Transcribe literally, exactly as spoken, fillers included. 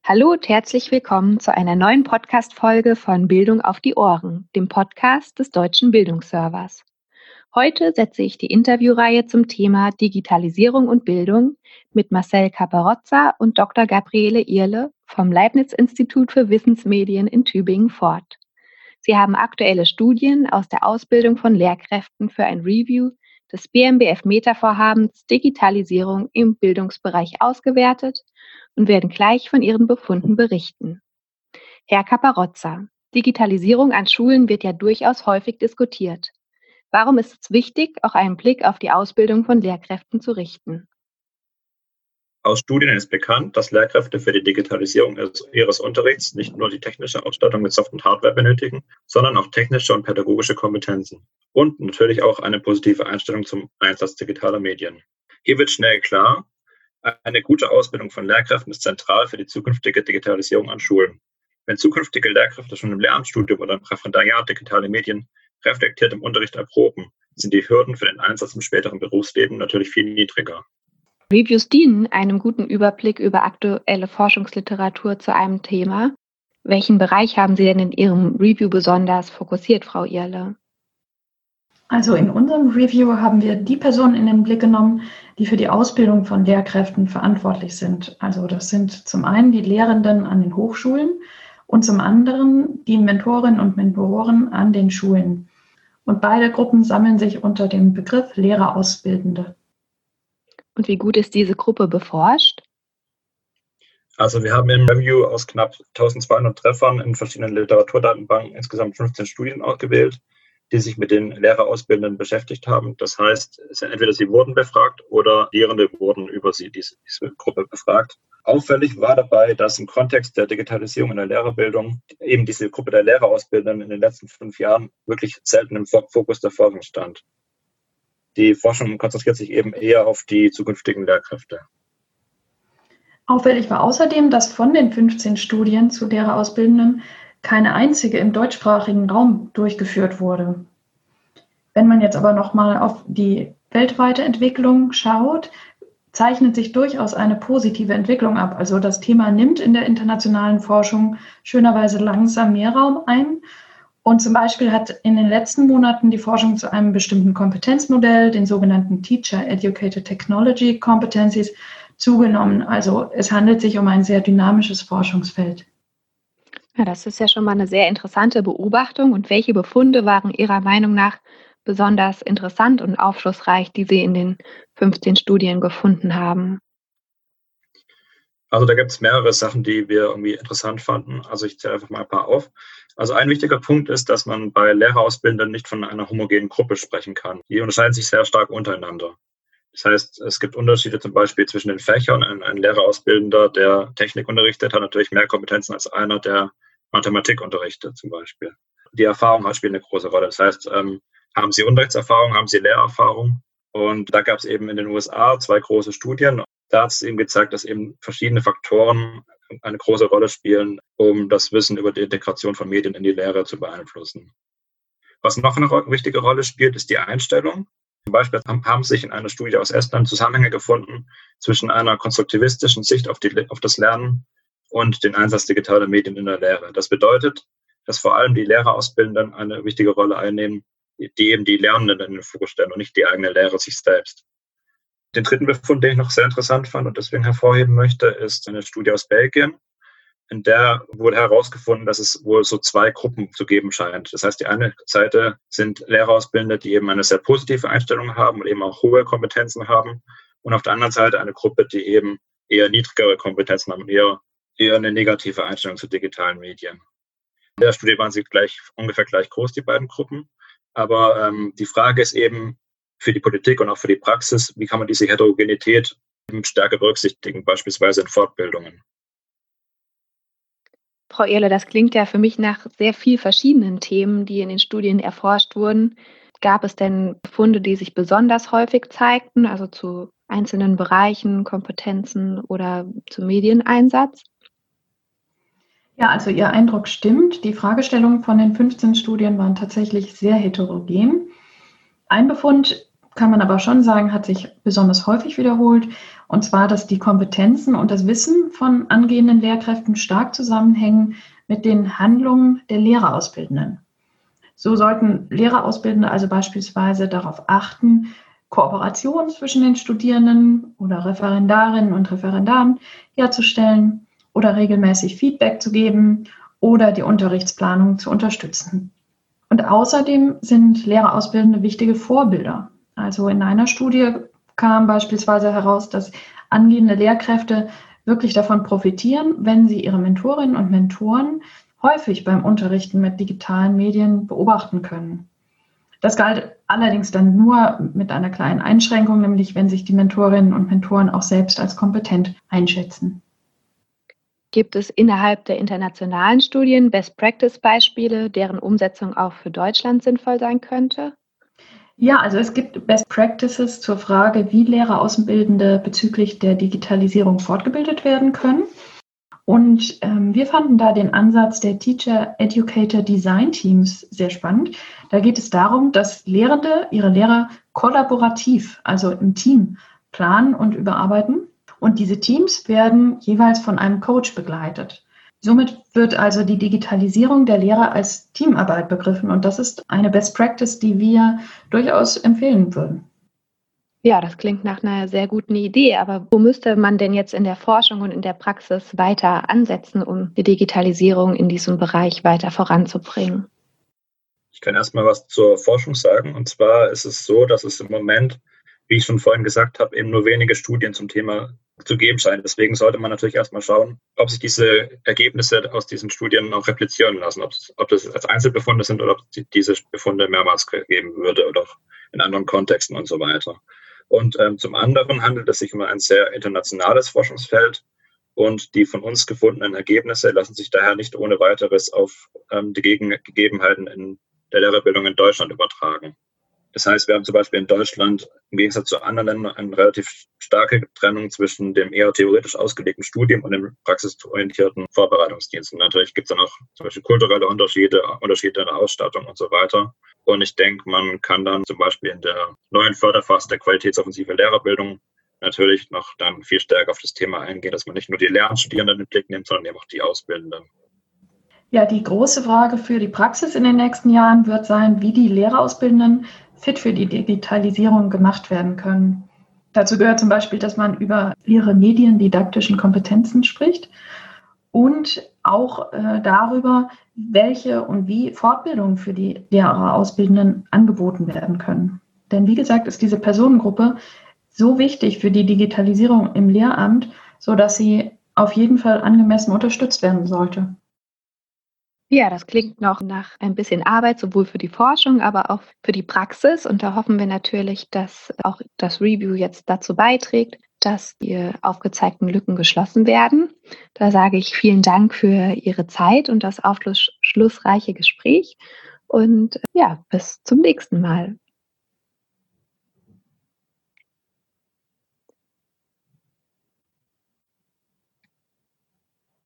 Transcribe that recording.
Hallo und herzlich willkommen zu einer neuen Podcast-Folge von Bildung auf die Ohren, dem Podcast des Deutschen Bildungsservers. Heute setze ich die Interviewreihe zum Thema Digitalisierung und Bildung mit Marcel Caparozza und Doktor Gabriele Irle vom Leibniz-Institut für Wissensmedien in Tübingen fort. Sie haben aktuelle Studien aus der Ausbildung von Lehrkräften für ein Review des B M B F-Meta-Vorhabens Digitalisierung im Bildungsbereich ausgewertet und werden gleich von ihren Befunden berichten. Herr Caparozza, Digitalisierung an Schulen wird ja durchaus häufig diskutiert. Warum ist es wichtig, auch einen Blick auf die Ausbildung von Lehrkräften zu richten? Aus Studien ist bekannt, dass Lehrkräfte für die Digitalisierung ihres Unterrichts nicht nur die technische Ausstattung mit Soft- und Hardware benötigen, sondern auch technische und pädagogische Kompetenzen und natürlich auch eine positive Einstellung zum Einsatz digitaler Medien. Hier wird schnell klar, eine gute Ausbildung von Lehrkräften ist zentral für die zukünftige Digitalisierung an Schulen. Wenn zukünftige Lehrkräfte schon im Lehramtsstudium oder im Referendariat digitale Medien reflektiert im Unterricht erproben, sind die Hürden für den Einsatz im späteren Berufsleben natürlich viel niedriger. Reviews dienen einem guten Überblick über aktuelle Forschungsliteratur zu einem Thema. Welchen Bereich haben Sie denn in Ihrem Review besonders fokussiert, Frau Irle? Also in unserem Review haben wir die Personen in den Blick genommen, die für die Ausbildung von Lehrkräften verantwortlich sind. Also das sind zum einen die Lehrenden an den Hochschulen und zum anderen die Mentorinnen und Mentoren an den Schulen. Und beide Gruppen sammeln sich unter dem Begriff Lehrerausbildende. Und wie gut ist diese Gruppe beforscht? Also wir haben im Review aus knapp eintausendzweihundert Treffern in verschiedenen Literaturdatenbanken insgesamt fünfzehn Studien ausgewählt, die sich mit den Lehrerausbildenden beschäftigt haben. Das heißt, entweder sie wurden befragt oder Lehrende wurden über sie, diese, diese Gruppe befragt. Auffällig war dabei, dass im Kontext der Digitalisierung in der Lehrerbildung eben diese Gruppe der Lehrerausbildenden in den letzten fünf Jahren wirklich selten im Fokus der Forschung stand. Die Forschung konzentriert sich eben eher auf die zukünftigen Lehrkräfte. Auffällig war außerdem, dass von den fünfzehn Studien zu Lehrerausbildenden keine einzige im deutschsprachigen Raum durchgeführt wurde. Wenn man jetzt aber nochmal auf die weltweite Entwicklung schaut, zeichnet sich durchaus eine positive Entwicklung ab. Also das Thema nimmt in der internationalen Forschung schönerweise langsam mehr Raum ein. Und zum Beispiel hat in den letzten Monaten die Forschung zu einem bestimmten Kompetenzmodell, den sogenannten Teacher Educated Technology Competencies, zugenommen. Also es handelt sich um ein sehr dynamisches Forschungsfeld. Ja, das ist ja schon mal eine sehr interessante Beobachtung. Und welche Befunde waren Ihrer Meinung nach besonders interessant und aufschlussreich, die Sie in den fünfzehn Studien gefunden haben? Also da gibt es mehrere Sachen, die wir irgendwie interessant fanden. Also ich zähle einfach mal ein paar auf. Also ein wichtiger Punkt ist, dass man bei Lehrerausbildern nicht von einer homogenen Gruppe sprechen kann. Die unterscheiden sich sehr stark untereinander. Das heißt, es gibt Unterschiede zum Beispiel zwischen den Fächern. Ein, ein Lehrerausbildender, der Technik unterrichtet, hat natürlich mehr Kompetenzen als einer, der Mathematik unterrichtet zum Beispiel. Die Erfahrung hat spielt eine große Rolle. Das heißt, ähm, haben Sie Unterrichtserfahrung, haben Sie Lehrerfahrung? Und da gab es eben in den U S A zwei große Studien. Da hat es eben gezeigt, dass eben verschiedene Faktoren eine große Rolle spielen, um das Wissen über die Integration von Medien in die Lehre zu beeinflussen. Was noch eine wichtige Rolle spielt, ist die Einstellung. Zum Beispiel haben sich in einer Studie aus Estland Zusammenhänge gefunden zwischen einer konstruktivistischen Sicht auf, die, auf das Lernen und den Einsatz digitaler Medien in der Lehre. Das bedeutet, dass vor allem die Lehrerausbildenden eine wichtige Rolle einnehmen, die eben die Lernenden in den Fokus stellen und nicht die eigene Lehre sich selbst. Den dritten Befund, den ich noch sehr interessant fand und deswegen hervorheben möchte, ist eine Studie aus Belgien. In der wurde herausgefunden, dass es wohl so zwei Gruppen zu geben scheint. Das heißt, die eine Seite sind Lehrerausbildende, die eben eine sehr positive Einstellung haben und eben auch hohe Kompetenzen haben. Und auf der anderen Seite eine Gruppe, die eben eher niedrigere Kompetenzen haben und eher, eher eine negative Einstellung zu digitalen Medien. In der Studie waren sie gleich, ungefähr gleich groß, die beiden Gruppen. Aber ähm, die Frage ist eben für die Politik und auch für die Praxis, wie kann man diese Heterogenität eben stärker berücksichtigen, beispielsweise in Fortbildungen. Frau Irle, das klingt ja für mich nach sehr vielen verschiedenen Themen, die in den Studien erforscht wurden. Gab es denn Befunde, die sich besonders häufig zeigten, also zu einzelnen Bereichen, Kompetenzen oder zum Medieneinsatz? Ja, also Ihr Eindruck stimmt. Die Fragestellungen von den fünfzehn Studien waren tatsächlich sehr heterogen. Ein Befund, kann man aber schon sagen, hat sich besonders häufig wiederholt. Und zwar, dass die Kompetenzen und das Wissen von angehenden Lehrkräften stark zusammenhängen mit den Handlungen der Lehrerausbildenden. So sollten Lehrerausbildende also beispielsweise darauf achten, Kooperation zwischen den Studierenden oder Referendarinnen und Referendaren herzustellen oder regelmäßig Feedback zu geben oder die Unterrichtsplanung zu unterstützen. Und außerdem sind Lehrerausbildende wichtige Vorbilder. Also in einer Studie kam beispielsweise heraus, dass angehende Lehrkräfte wirklich davon profitieren, wenn sie ihre Mentorinnen und Mentoren häufig beim Unterrichten mit digitalen Medien beobachten können. Das galt allerdings dann nur mit einer kleinen Einschränkung, nämlich wenn sich die Mentorinnen und Mentoren auch selbst als kompetent einschätzen. Gibt es innerhalb der internationalen Studien Best-Practice-Beispiele, deren Umsetzung auch für Deutschland sinnvoll sein könnte? Ja, also es gibt Best Practices zur Frage, wie Lehrerausbildende bezüglich der Digitalisierung fortgebildet werden können. Und ähm, wir fanden da den Ansatz der Teacher Educator Design Teams sehr spannend. Da geht es darum, dass Lehrende ihre Lehrer kollaborativ, also im Team, planen und überarbeiten. Und diese Teams werden jeweils von einem Coach begleitet. Somit wird also die Digitalisierung der Lehre als Teamarbeit begriffen. Und das ist eine Best Practice, die wir durchaus empfehlen würden. Ja, das klingt nach einer sehr guten Idee. Aber wo müsste man denn jetzt in der Forschung und in der Praxis weiter ansetzen, um die Digitalisierung in diesem Bereich weiter voranzubringen? Ich kann erstmal was zur Forschung sagen. Und zwar ist es so, dass es im Moment, wie ich schon vorhin gesagt habe, eben nur wenige Studien zum Thema zu geben scheint. Deswegen sollte man natürlich erstmal schauen, ob sich diese Ergebnisse aus diesen Studien auch replizieren lassen, ob, ob das als Einzelbefunde sind oder ob es diese Befunde mehrmals geben würde oder auch in anderen Kontexten und so weiter. Und ähm, zum anderen handelt es sich um ein sehr internationales Forschungsfeld und die von uns gefundenen Ergebnisse lassen sich daher nicht ohne weiteres auf ähm, die Gegen- Gegebenheiten in der Lehrerbildung in Deutschland übertragen. Das heißt, wir haben zum Beispiel in Deutschland im Gegensatz zu anderen Ländern eine relativ starke Trennung zwischen dem eher theoretisch ausgelegten Studium und dem praxisorientierten Vorbereitungsdienst. Und natürlich gibt es dann auch zum Beispiel kulturelle Unterschiede, Unterschiede in der Ausstattung und so weiter. Und ich denke, man kann dann zum Beispiel in der neuen Förderphase der qualitätsoffensive Lehrerbildung natürlich noch dann viel stärker auf das Thema eingehen, dass man nicht nur die Lehramtsstudierenden in den Blick nimmt, sondern eben auch die Auszubildenden. Ja, die große Frage für die Praxis in den nächsten Jahren wird sein, wie die Lehrerausbildenden fit für die Digitalisierung gemacht werden können. Dazu gehört zum Beispiel, dass man über ihre mediendidaktischen Kompetenzen spricht und auch äh, darüber, welche und wie Fortbildungen für die Lehrerausbildenden angeboten werden können. Denn wie gesagt, ist diese Personengruppe so wichtig für die Digitalisierung im Lehramt, sodass sie auf jeden Fall angemessen unterstützt werden sollte. Ja, das klingt noch nach ein bisschen Arbeit, sowohl für die Forschung, aber auch für die Praxis. Und da hoffen wir natürlich, dass auch das Review jetzt dazu beiträgt, dass die aufgezeigten Lücken geschlossen werden. Da sage ich vielen Dank für Ihre Zeit und das aufschlussreiche Gespräch. Und ja, bis zum nächsten Mal.